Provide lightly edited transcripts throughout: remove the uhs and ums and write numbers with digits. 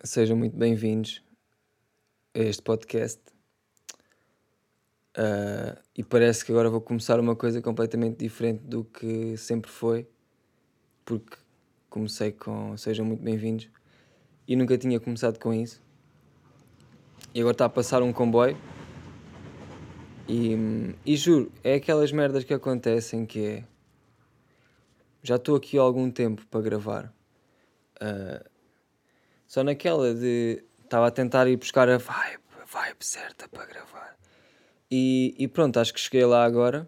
Sejam muito bem-vindos a este podcast. E parece que agora vou começar uma coisa completamente diferente do que sempre foi, porque comecei com Sejam muito bem-vindos e nunca tinha começado com isso. E agora está a passar um comboio e juro, é aquelas merdas que acontecem que é... Já estou aqui há algum tempo para gravar. Só naquela de... Estava a tentar ir buscar a vibe certa para gravar. E pronto, acho que cheguei lá agora.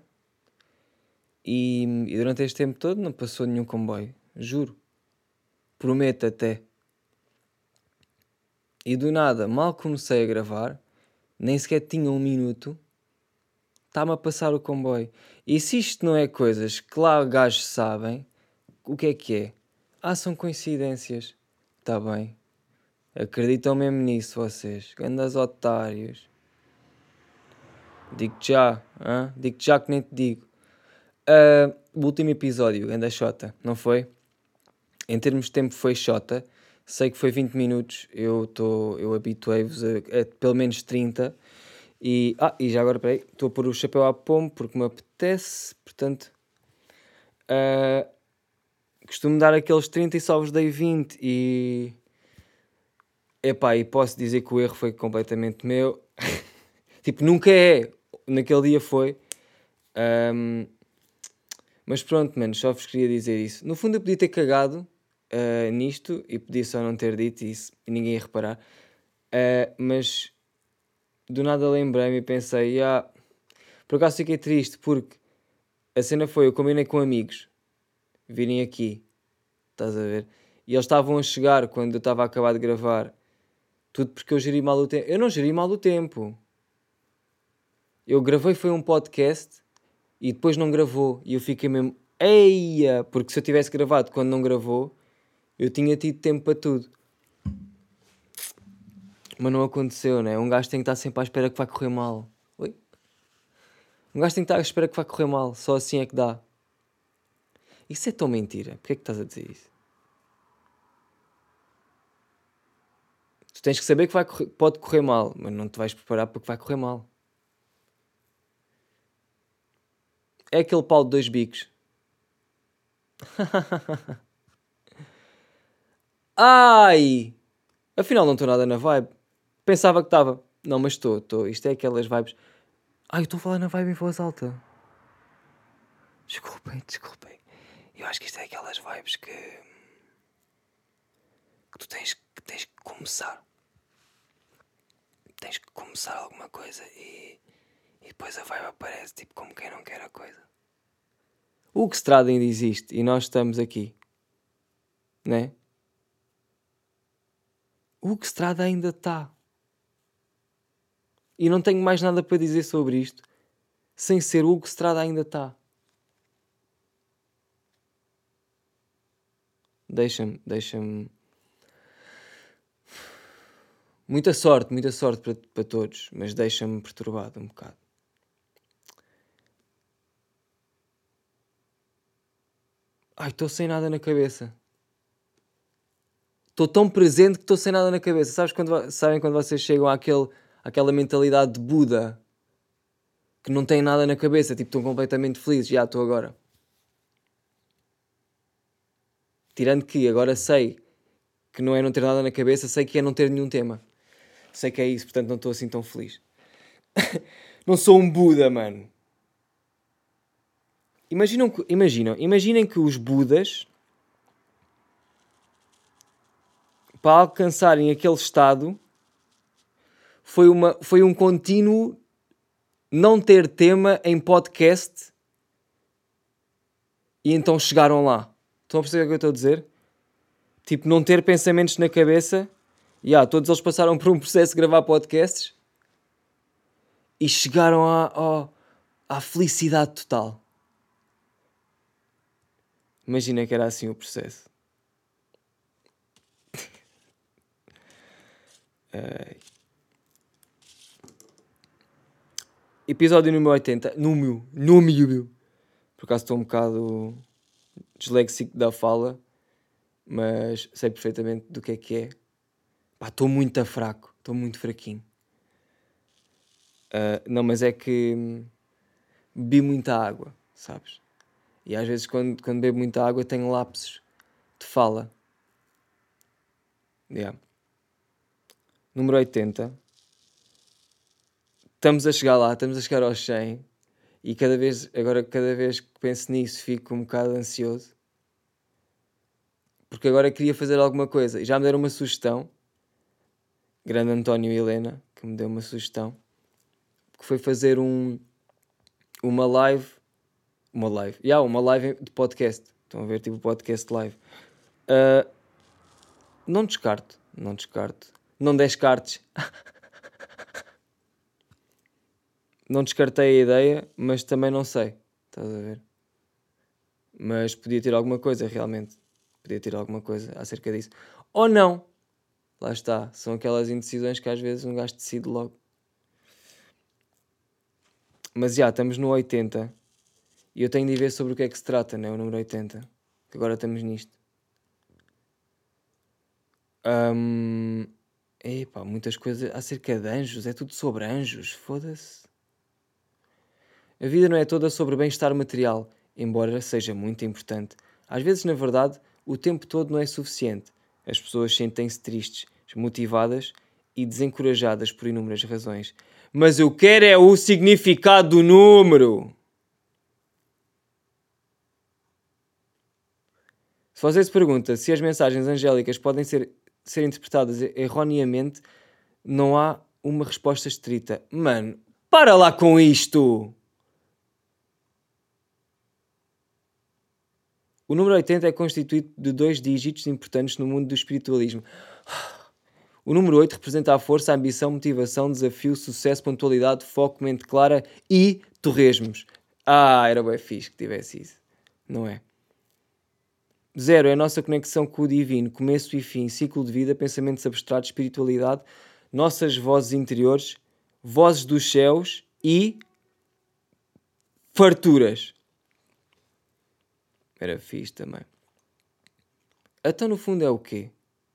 E durante este tempo todo não passou nenhum comboio. Juro. Prometo até. E do nada, mal comecei a gravar, nem sequer tinha 1 minuto, está-me a passar o comboio. E se isto não é coisas que lá gajos sabem, o que é que é? São coincidências. Está bem. Acreditam mesmo nisso vocês. Grandes otários. Digo-te já. Digo-te já que nem te digo. O último episódio, ganda xota, não foi? Em termos de tempo foi xota. Sei que foi 20 minutos. Eu habituei-vos a pelo menos 30. E já agora, peraí, estou a pôr o chapéu à pombo porque me apetece. Portanto, costumo dar aqueles 30 e só vos dei 20. E posso dizer que o erro foi completamente meu. Tipo, nunca é. Naquele dia foi. Mas pronto, mano, só vos queria dizer isso. No fundo eu podia ter cagado nisto e podia só não ter dito isso e ninguém ia reparar. Mas do nada lembrei-me e pensei, por acaso fiquei triste porque a cena foi, eu combinei com amigos virem aqui, estás a ver? E eles estavam a chegar quando eu estava a acabar de gravar. Tudo porque eu geri mal o tempo. Eu não geri mal o tempo. Eu gravei foi um podcast e depois não gravou. E eu fiquei mesmo, eia! Porque se eu tivesse gravado quando não gravou, eu tinha tido tempo para tudo. Mas não aconteceu, né? Um gajo tem que estar sempre à espera que vai correr mal. Oi? Um gajo tem que estar à espera que vai correr mal. Só assim é que dá. Isso é tão mentira. Porquê é que estás a dizer isso? Tu tens que saber que pode correr mal, mas não te vais preparar porque vai correr mal. É aquele pau de 2 bicos. Ai! Afinal não estou nada na vibe. Pensava que estava. Não, mas estou. Isto é aquelas vibes. Eu estou a falar na vibe em voz alta. Desculpem. Eu acho que isto é aquelas vibes que tu tens que começar. Tens que começar alguma coisa e depois a vibe aparece, tipo como quem não quer a coisa. O Hugo Estrada ainda existe e nós estamos aqui, né? O Hugo Estrada ainda está. E não tenho mais nada para dizer sobre isto, sem ser o Hugo Estrada ainda está. Deixa-me. Muita sorte para todos, mas deixa-me perturbado um bocado. Estou sem nada na cabeça. Estou tão presente que estou sem nada na cabeça. Sabem quando vocês chegam àquela mentalidade de Buda? Que não têm nada na cabeça, tipo, estão completamente felizes. Já estou agora. Tirando que agora sei que não é não ter nada na cabeça, sei que é não ter nenhum tema. Sei que é isso, portanto não estou assim tão feliz. Não sou um Buda, mano. Imaginem que os Budas, para alcançarem aquele estado, foi um contínuo não ter tema em podcast e então chegaram lá. Estão a perceber o que eu estou a dizer? Tipo, não ter pensamentos na cabeça. Todos eles passaram por um processo de gravar podcasts e chegaram à felicidade total. Imagina que era assim o processo. Episódio número 80. Número. Por acaso estou um bocado disléxico da fala, mas sei perfeitamente do que é que é. Pá, estou muito fraco. Estou muito fraquinho. Não, mas é que bebi muita água, sabes? E às vezes quando bebo muita água tenho lapsos de fala. Yeah. Número 80. Estamos a chegar lá, estamos a chegar aos 100. E cada vez que penso nisso fico um bocado ansioso. Porque agora queria fazer alguma coisa. E já me deram uma sugestão. Grande António e Helena, que me deu uma sugestão. Que foi fazer uma live. Uma live de podcast. Estão a ver, tipo podcast live. Não descarto. Não descartes. Não descartei a ideia, mas também não sei. Estás a ver? Mas podia ter alguma coisa, realmente. Podia ter alguma coisa acerca disso. Ou não. Lá está. São aquelas indecisões que às vezes um gajo decide logo. Mas já, estamos no 80. E eu tenho de ir ver sobre o que é que se trata, né? O número 80. Que agora estamos nisto. Epá, muitas coisas acerca de anjos. É tudo sobre anjos. Foda-se. A vida não é toda sobre bem-estar material, embora seja muito importante. Às vezes, na verdade, o tempo todo não é suficiente. As pessoas sentem-se tristes, desmotivadas e desencorajadas por inúmeras razões. Mas eu quero é o significado do número! Se você se pergunta se as mensagens angélicas podem ser interpretadas erroneamente, não há uma resposta estrita. Mano, para lá com isto! O número 80 é constituído de 2 dígitos importantes no mundo do espiritualismo. O número 8 representa a força, a ambição, motivação, desafio, sucesso, pontualidade, foco, mente clara e torresmos. Era bem fixe que tivesse isso. Não é? 0 é a nossa conexão com o divino, começo e fim, ciclo de vida, pensamentos abstratos, espiritualidade, nossas vozes interiores, vozes dos céus e farturas. Era fixe também. Então, no fundo, é o quê?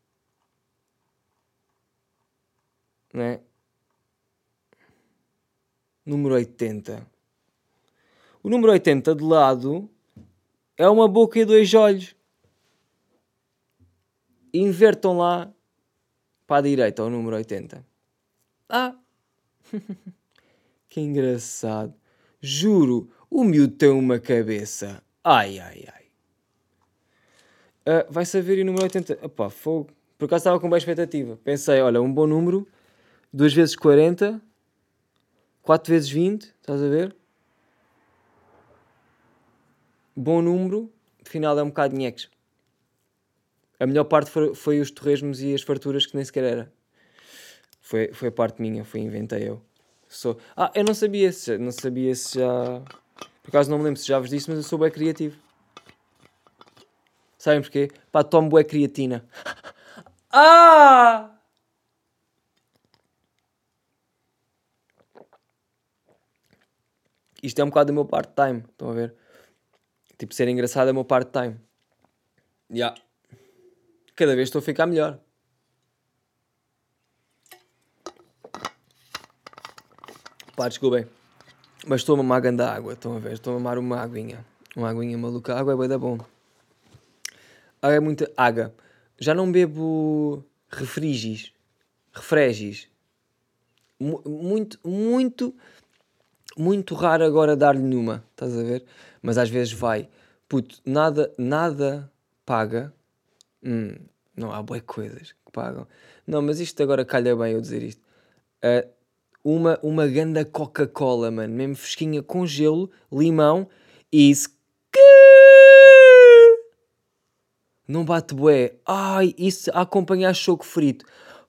Não é? Número 80. O número 80 de lado é uma boca e 2 olhos. Invertam lá para a direita o número 80. Que engraçado. Juro, o miúdo tem uma cabeça. Ai. Vai saber o número 80. Opá, fogo. Por acaso estava com boa expectativa. Pensei, olha, um bom número. 2 vezes 40. 4 vezes 20. Estás a ver? Bom número. Afinal é um bocado de nheques. A melhor parte foi os torresmos e as farturas que nem sequer era. Foi a parte minha. Inventei eu. Eu não sabia se já... Por acaso não me lembro se já vos disse, mas eu sou bem criativo. Sabem porquê? Pá, tomo bué creatina. Isto é um bocado do meu part-time. Estão a ver? Tipo, ser engraçado é o meu part-time. Cada vez estou a ficar melhor. Pá, desculpem. Mas estou a mamar grande água. Estão a ver? Estou a mamar uma aguinha. Uma aguinha maluca. A água é bué da bom. Água é muita água. Já não bebo refrigis. Muito raro agora dar-lhe numa. Estás a ver? Mas às vezes vai. Puto, nada paga. Não, há bué coisas que pagam. Não, mas isto agora calha bem eu dizer isto. Uma ganda Coca-Cola, mano. Mesmo fresquinha com gelo, limão e... Não bate bué. Ai, isso a acompanhar choco frito.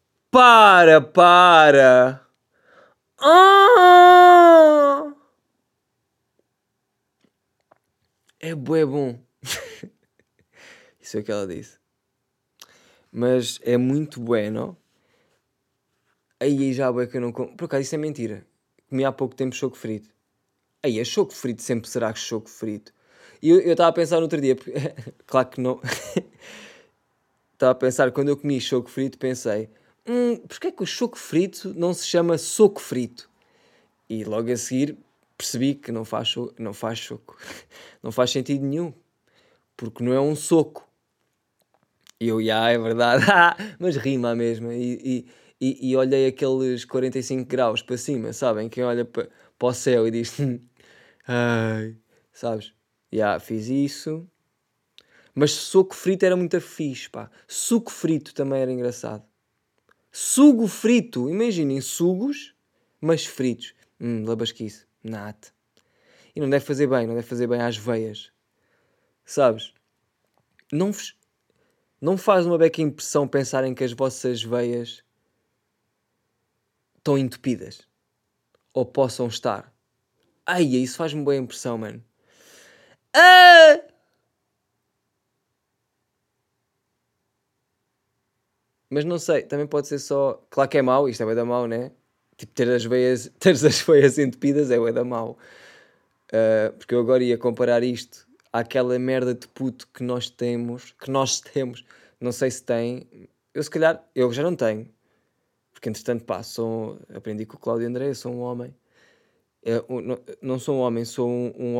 Para! É bué bom. Isso é o que ela disse. Mas é muito bueno. Aí já bué que eu não como. Por acaso isso é mentira. Comi há pouco tempo choco frito. Aí é choco frito, sempre será choco frito. E eu estava a pensar no outro dia. Claro que não. Estava a pensar, quando eu comi choco frito, pensei... porquê é que o choco frito não se chama soco frito? E logo a seguir percebi que não faz choco. Não faz sentido nenhum. Porque não é um soco. E eu, é verdade. Mas rima a mesma. E olhei aqueles 45 graus para cima, sabem? Quem olha para o céu e diz... ai, sabes? Fiz isso. Mas soco frito era muito fixe, pá. Suco frito também era engraçado. Sugo frito. Imaginem, sugos, mas fritos. Labasquice. Nada. E não deve fazer bem às veias. Sabes? Não faz uma beca impressão pensarem que as vossas veias estão entupidas. Ou possam estar. Ai, isso faz-me boa impressão, mano. Mas não sei, também pode ser só... Claro que é mau, isto é bué da mau, né? Tipo, teres as veias entupidas é bué da mau. Porque eu agora ia comparar isto àquela merda de puto que nós temos. Não sei se tem. Eu se calhar, eu já não tenho. Porque entretanto, pá, aprendi com o Cláudio André, sou um homem. Não sou um homem, sou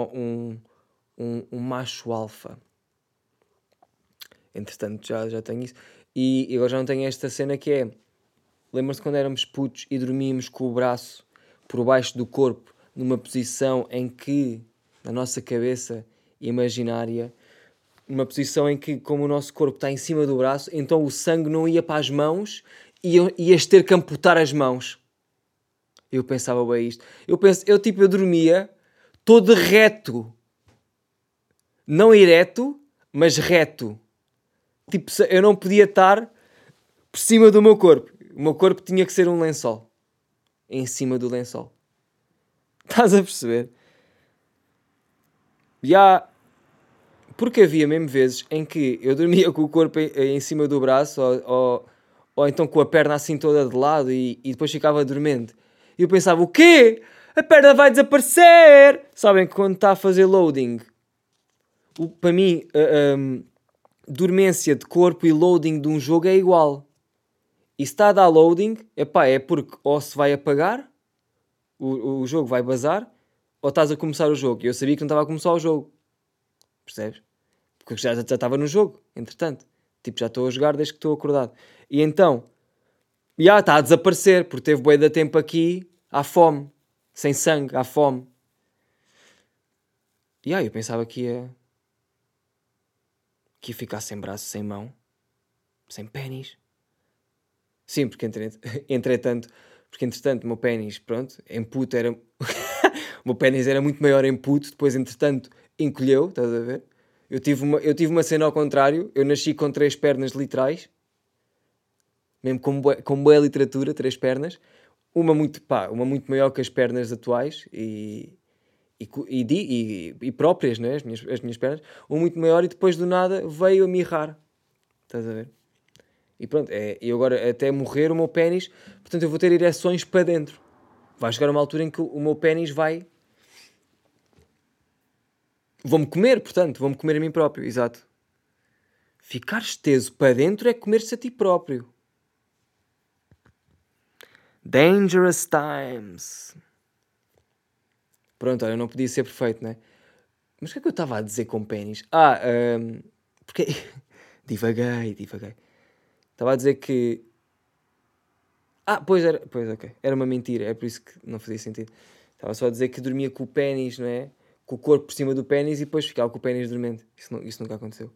um macho alfa. Entretanto, já tenho isso. E agora já não tenho esta cena que é... Lembram-se quando éramos putos e dormíamos com o braço por baixo do corpo, numa posição em que, na nossa cabeça imaginária, numa posição em que, como o nosso corpo está em cima do braço, então o sangue não ia para as mãos e ias ter que amputar as mãos. Eu pensava bem isto. Eu dormia todo reto. Não ereto, mas reto. Tipo, eu não podia estar por cima do meu corpo. O meu corpo tinha que ser um lençol. Em cima do lençol. Estás a perceber? Porque havia mesmo vezes em que eu dormia com o corpo em cima do braço ou então com a perna assim toda de lado e depois ficava dormente. E eu pensava, o quê? A perna vai desaparecer! Sabem que quando está a fazer loading, para mim, dormência de corpo e loading de um jogo é igual. E se está a dar loading, é porque ou se vai apagar, o jogo vai bazar, ou estás a começar o jogo. E eu sabia que não estava a começar o jogo. Percebes? Porque já estava no jogo, entretanto. Tipo, já estou a jogar desde que estou acordado. E então, está a desaparecer, porque teve bué de tempo aqui, à fome. Sem sangue, à fome. Eu pensava que ia ficar sem braço, sem mão, sem pénis. Sim, porque entretanto, o meu pénis, pronto, em puto era... o meu pénis era muito maior em puto, depois entretanto encolheu, estás a ver? Eu tive uma cena ao contrário, eu nasci com 3 pernas literais, mesmo com boa literatura, 3 pernas, uma muito maior que as pernas atuais e próprias, né? As minhas pernas, uma muito maior e depois do nada veio a mirrar, estás a ver? E pronto, e agora até morrer o meu pénis, portanto eu vou ter ereções para dentro. Vai chegar uma altura em que o meu pénis vai... Vou-me comer, portanto, vou-me comer a mim próprio, exato. Ficar esteso para dentro é comer-se a ti próprio. Dangerous times. Pronto, olha, não podia ser perfeito, né? Mas o que é que eu estava a dizer com pénis? Porque... divaguei. Estava a dizer que... Pois, ok. Era uma mentira, é por isso que não fazia sentido. Estava só a dizer que dormia com o pénis, não é? Com o corpo por cima do pénis e depois ficava com o pénis dormente. Isso nunca aconteceu.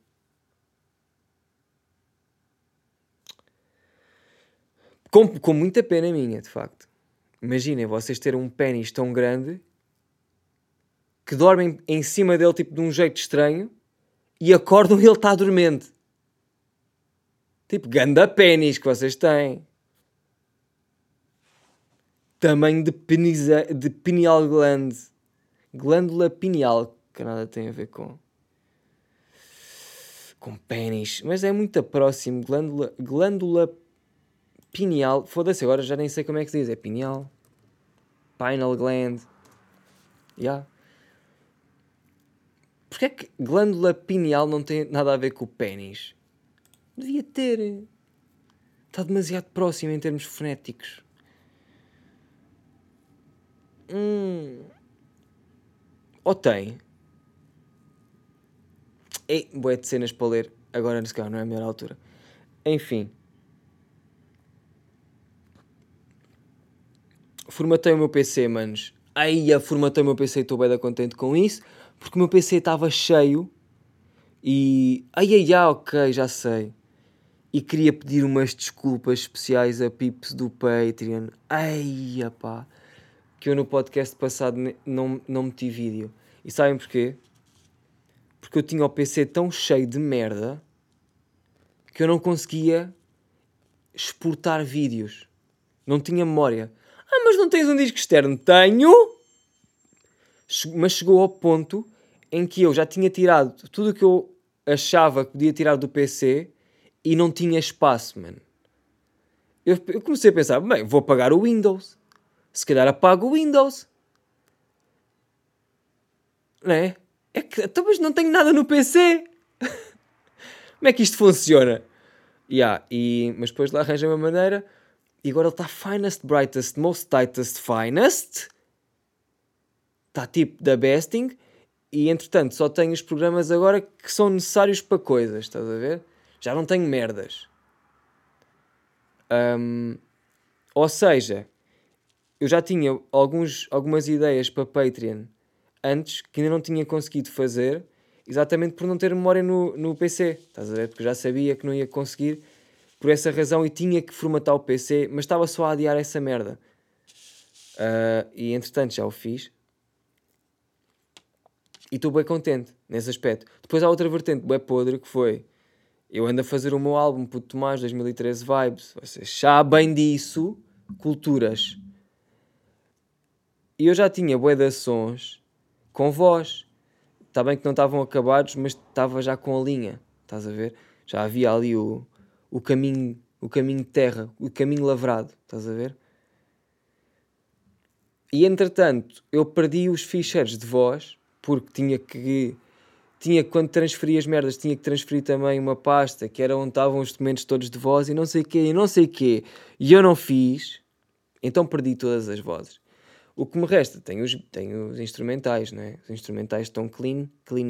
Com muita pena minha, de facto. Imaginem vocês terem um pénis tão grande que dormem em cima dele tipo de um jeito estranho e acordam e ele está dormente. Tipo, ganda pénis que vocês têm. Tamanho de pineal gland. Glândula pineal, que nada tem a ver com pénis. Mas é muito próximo. Glândula pineal. Foda-se, agora já nem sei como é que se diz. É pineal. Pineal gland. Porquê é que glândula pineal não tem nada a ver com o pénis? Devia ter. Está demasiado próximo em termos fonéticos. Ou tem. Ei, bué de cenas para ler. Agora nesse carro não é a melhor altura. Enfim. Formatei o meu PC, manos. Formatei o meu PC e estou bem contente com isso. Porque o meu PC estava cheio. E... ok, já sei. E queria pedir umas desculpas especiais a pips do Patreon. Pá. Que eu no podcast passado não meti vídeo. E sabem porquê? Porque eu tinha o PC tão cheio de merda que eu não conseguia exportar vídeos. Não tinha memória. Mas não tens um disco externo? Tenho! Mas chegou ao ponto em que eu já tinha tirado tudo o que eu achava que podia tirar do PC e não tinha espaço, mano. Eu comecei a pensar, bem, vou apagar o Windows. Se calhar apago o Windows. Não é? Mas não tenho nada no PC. Como é que isto funciona? Mas depois lá arranjei uma maneira. E agora ele está finest, brightest, most tightest, finest. Está tipo da besting. E entretanto só tenho os programas agora que são necessários para coisas. Estás a ver? Já não tenho merdas. Ou seja, eu já tinha algumas ideias para Patreon antes que ainda não tinha conseguido fazer, exatamente por não ter memória no PC. Estás a ver? Porque eu já sabia que não ia conseguir por essa razão e tinha que formatar o PC, mas estava só a adiar essa merda. E entretanto já o fiz. E estou bem contente nesse aspecto. Depois há outra vertente bem podre que foi... Eu ando a fazer o meu álbum, Puto Tomás, 2013 Vibes. Vocês sabem disso. Culturas. E eu já tinha bué de sons com voz. Está bem que não estavam acabados, mas estava já com a linha. Estás a ver? Já havia ali o caminho de terra, o caminho lavrado. Estás a ver? E entretanto, eu perdi os ficheiros de voz, porque quando transferia as merdas, tinha que transferir também uma pasta, que era onde estavam os documentos todos de voz, e não sei quê. E eu não fiz, então perdi todas as vozes. O que me resta, tenho os instrumentais, não é? Os instrumentais estão clean.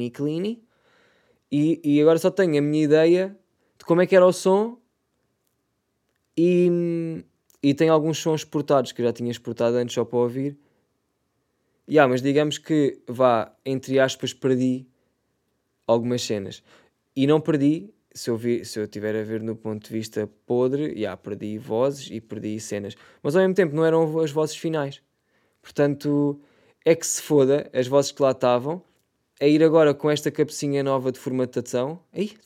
E agora só tenho a minha ideia de como é que era o som e tenho alguns sons exportados que eu já tinha exportado antes só para ouvir. Mas digamos que, entre aspas, perdi algumas cenas. E não perdi, se eu estiver a ver no ponto de vista podre, perdi vozes e perdi cenas. Mas ao mesmo tempo não eram as vozes finais. Portanto, é que se foda as vozes que lá estavam, a ir agora com esta cabecinha nova de formatação,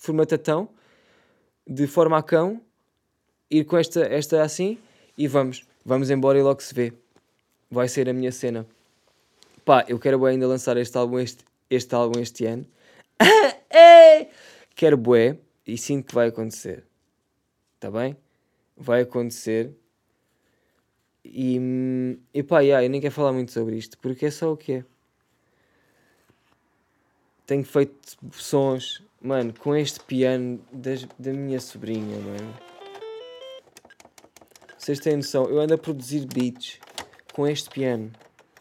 de forma a cão, ir com esta assim, e vamos embora e logo se vê. Vai ser a minha cena. Pá, eu quero ainda lançar este álbum este ano. Quero bué, e sinto que vai acontecer. Está bem? Vai acontecer. E eu nem quero falar muito sobre isto, porque é só o que é. Tenho feito sons, mano, com este piano da minha sobrinha, mano. Vocês têm noção, eu ando a produzir beats com este piano.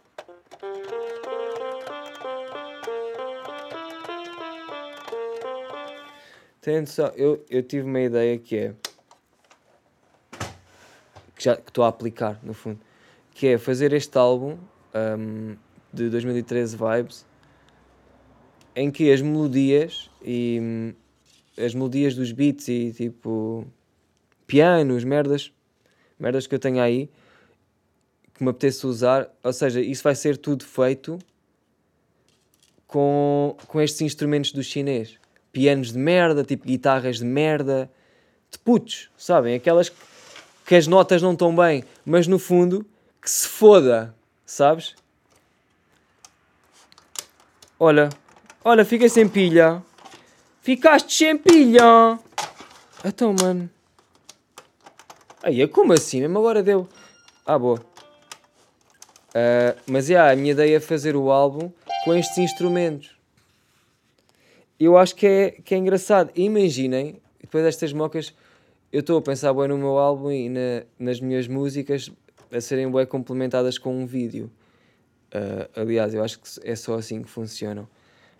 Têm noção, eu tive uma ideia que é... que estou a aplicar, no fundo, que é fazer este álbum de 2013 Vibes, em que as melodias dos beats e tipo pianos, merdas que eu tenho aí, que me apetece usar, ou seja, isso vai ser tudo feito com estes instrumentos do chinês. Pianos de merda, tipo guitarras de merda, de putos, sabem? Aquelas que as notas não estão bem, mas no fundo, que se foda, sabes? Olha, fiquei sem pilha. Ficaste sem pilha. Então, mano. Como assim? Mesmo agora deu. Boa. Mas a minha ideia é fazer o álbum com estes instrumentos. Eu acho que é engraçado. Imaginem, depois destas mocas, eu estou a pensar bem no meu álbum e nas minhas músicas a serem bem complementadas com um vídeo. Aliás, eu acho que é só assim que funcionam.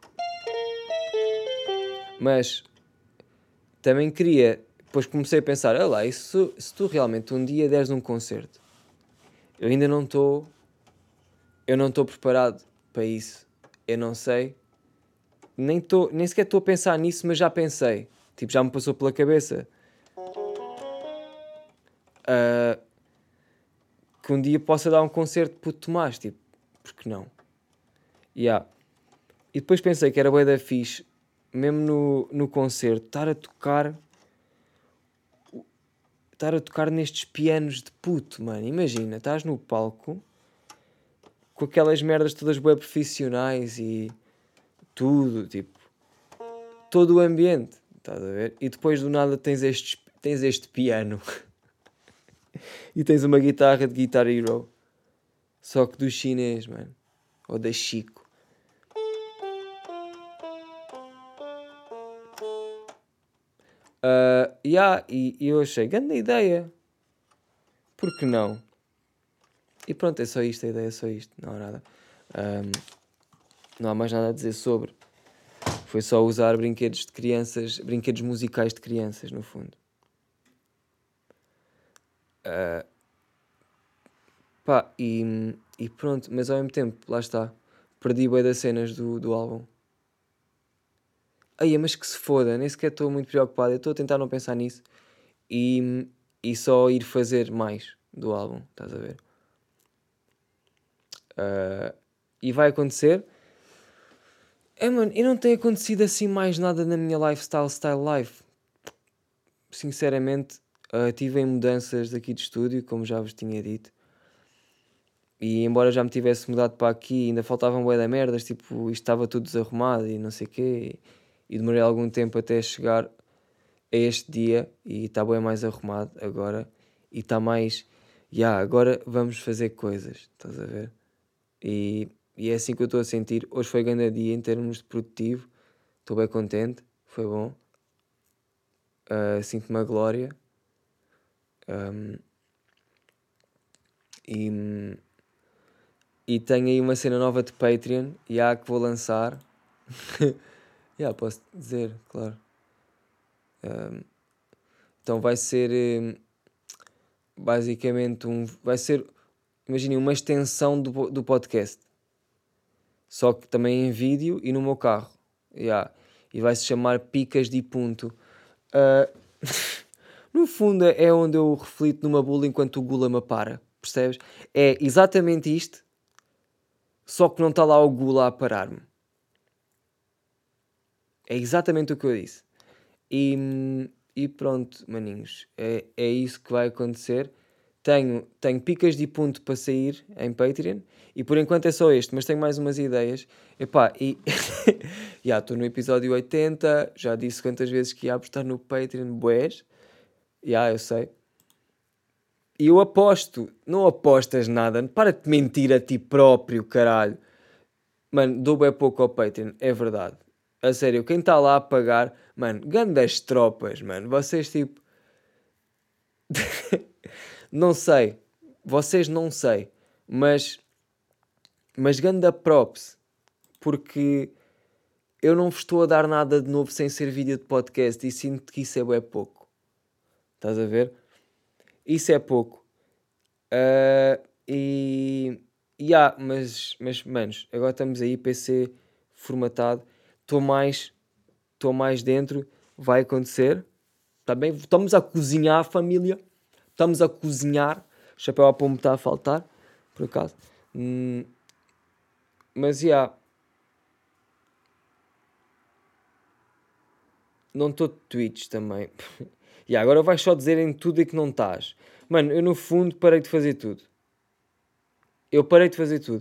Mas também queria, depois comecei a pensar, olha lá, e se tu realmente um dia deres um concerto, eu ainda não estou, eu não estou preparado para isso, eu não sei, nem sequer estou a pensar nisso, mas já pensei, tipo, já me passou pela cabeça, ah, que um dia possa dar um concerto para o Tomás, tipo, porque não? Yeah. E depois pensei que era bué da fixe, mesmo no concerto, estar a tocar nestes pianos de puto, mano. Imagina, estás no palco com aquelas merdas todas bué profissionais e tudo, tipo, todo o ambiente, estás a ver? E depois do nada tens este piano e tens uma guitarra de Guitar Hero, só que do chinês, mano, ou da Chico. E eu achei, grande ideia, por que não? E pronto, é só isto, a ideia é só isto, não há nada. Não há mais nada a dizer sobre. Foi só usar brinquedos de crianças, brinquedos musicais de crianças, no fundo. Pá, e pronto, mas ao mesmo tempo, lá está. Perdi bué das cenas do álbum. Ai, mas que se foda, nem sequer estou muito preocupado. Eu estou a tentar não pensar nisso e só ir fazer mais do álbum, estás a ver? E vai acontecer. Mano, e não tem acontecido assim mais nada na minha style life. Sinceramente, tive em mudanças aqui de estúdio, como já vos tinha dito. E embora já me tivesse mudado para aqui, ainda faltavam bué de merdas, tipo, isto estava tudo desarrumado e não sei o quê. E demorei algum tempo até chegar a este dia e está bué mais arrumado agora. E está mais, agora vamos fazer coisas, estás a ver? E é assim que eu estou a sentir. Hoje foi grande dia em termos de produtivo, estou bem contente, foi bom. Sinto-me a glória. E, e tenho aí uma cena nova de Patreon, que vou lançar. Posso dizer, claro. Então vai ser basicamente vai ser, imaginem, uma extensão do podcast. Só que também em vídeo e no meu carro. E vai se chamar Picas de Punto. Ah, no fundo é onde eu reflito numa bula enquanto o Gula me para. Percebes? É exatamente isto, só que não está lá o Gula a parar-me. É exatamente o que eu disse. E pronto, maninhos. É isso que vai acontecer. Tenho picas de ponto para sair em Patreon. E por enquanto é só este, mas tenho mais umas ideias. Epá, e... estou no episódio 80. Já disse quantas vezes que ia apostar no Patreon. Bués. Eu sei. E eu aposto. Não apostas nada. Para de mentir a ti próprio, caralho. Mano, dou bem pouco ao Patreon. É verdade. A sério, quem está lá a pagar... Mano, grandes tropas, mano. Vocês, tipo... Não sei. Vocês não sei. Mas ganda props. Porque eu não vos estou a dar nada de novo sem ser vídeo de podcast. E sinto que isso é pouco. Estás a ver? Isso é pouco. Mas, manos, agora estamos aí, PC formatado. Estou mais dentro. Vai acontecer. Tá bem? Estamos a cozinhar, família. Estamos a cozinhar. O chapéu à pomba está a faltar, por acaso. Mas, não estou de tweets também. Agora vais só dizer em tudo e que não estás. Mano, eu no fundo parei de fazer tudo. Eu parei de fazer tudo.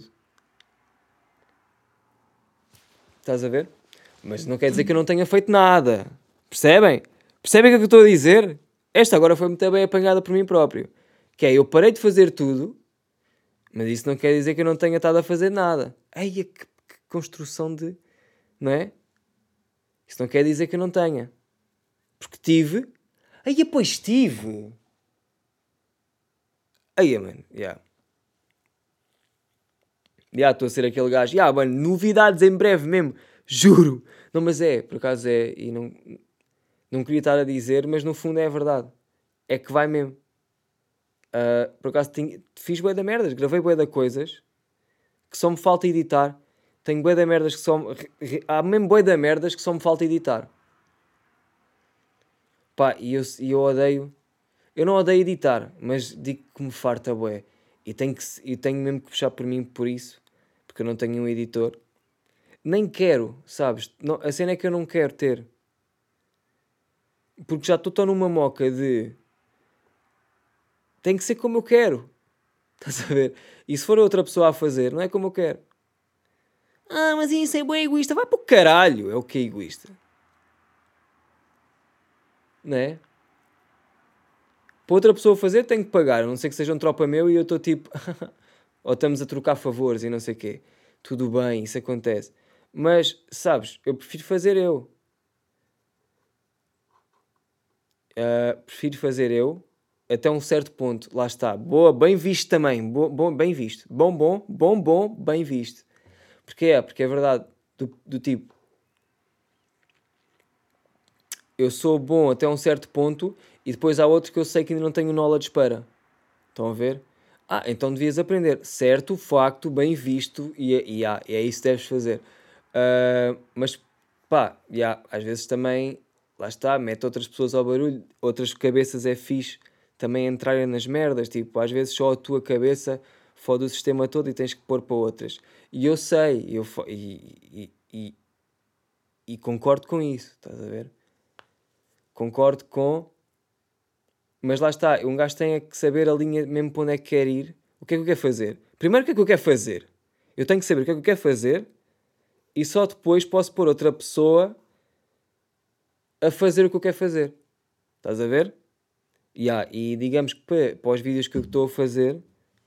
Estás a ver? Mas não quer dizer que eu não tenha feito nada. Percebem? Percebem o que eu estou a dizer? Esta agora foi muito bem apanhada por mim próprio. Que é, eu parei de fazer tudo, mas isso não quer dizer que eu não tenha estado a fazer nada. Ai, que construção de... Não é? Isso não quer dizer que eu não tenha. Porque tive Aí, pois estive. Aí, mano, yeah. Estou a ser aquele gajo. Mano, novidades em breve mesmo. Juro. Não, mas é, por acaso é. E não queria estar a dizer, mas no fundo é a verdade. É que vai mesmo. Por acaso fiz bué da merdas. Gravei bué da coisas que só me falta editar. Tenho bué da merdas que só me... Há mesmo bué da merdas que só me falta editar. Pá, e eu odeio... Eu não odeio editar, mas digo que me farta bué. E tenho mesmo que puxar por mim por isso. Porque eu não tenho um editor. Nem quero, sabes? Não, a cena é que eu não quero ter. Porque já estou tão numa moca de... Tem que ser como eu quero. Estás a ver? E se for outra pessoa a fazer, não é como eu quero. Mas isso é bem egoísta. Vai para o caralho. É o que é egoísta. Não é? Para outra pessoa fazer, tenho que pagar. A não ser que seja um tropa meu e eu estou tipo... Ou estamos a trocar favores e não sei o quê. Tudo bem, isso acontece. Mas, sabes, eu prefiro fazer eu. Prefiro fazer eu até um certo ponto. Lá está. Boa, bem visto também. Bem visto. Bom, bem visto. Porque é verdade. Do tipo, eu sou bom até um certo ponto e depois há outros que eu sei que ainda não tenho knowledge para. Estão a ver? Então devias aprender. Certo, facto, bem visto e é isso que deves fazer. Mas pá, às vezes também, lá está, mete outras pessoas ao barulho, outras cabeças é fixe também entrarem nas merdas. Tipo, às vezes só a tua cabeça fode o sistema todo e tens que pôr para outras. E eu sei, e concordo com isso, estás a ver? Concordo com. Mas lá está, um gajo tem é que saber a linha mesmo para onde é que quer ir. O que é que eu quero fazer? Primeiro, o que é que eu quero fazer? Eu tenho que saber o que é que eu quero fazer e só depois posso pôr outra pessoa a fazer o que eu quero fazer. Estás a ver? E digamos que para os vídeos que eu estou a fazer,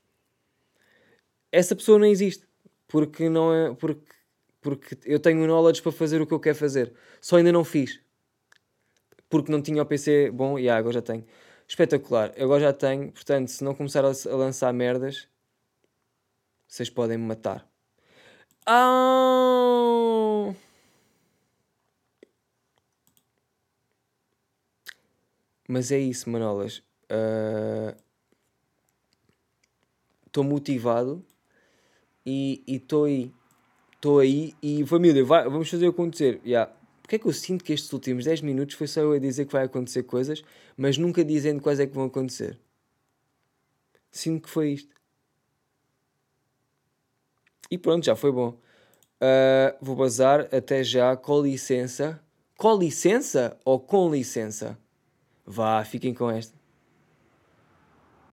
essa pessoa não existe. Porque não é. Porque eu tenho knowledge para fazer o que eu quero fazer. Só ainda não fiz. Porque não tinha o PC bom e agora já tenho. Espetacular. Eu agora já tenho. Portanto, se não começar a lançar merdas, vocês podem me matar. Mas é isso, manolas. Estou motivado e estou aí. Estou aí e família, vamos fazer acontecer. Porque é que eu sinto que estes últimos 10 minutos foi só eu a dizer que vai acontecer coisas, mas nunca dizendo quais é que vão acontecer? Sinto que foi isto. E pronto, já foi bom. Vou bazar, até já, com licença. Com licença ou com licença? Vá, fiquem com esta.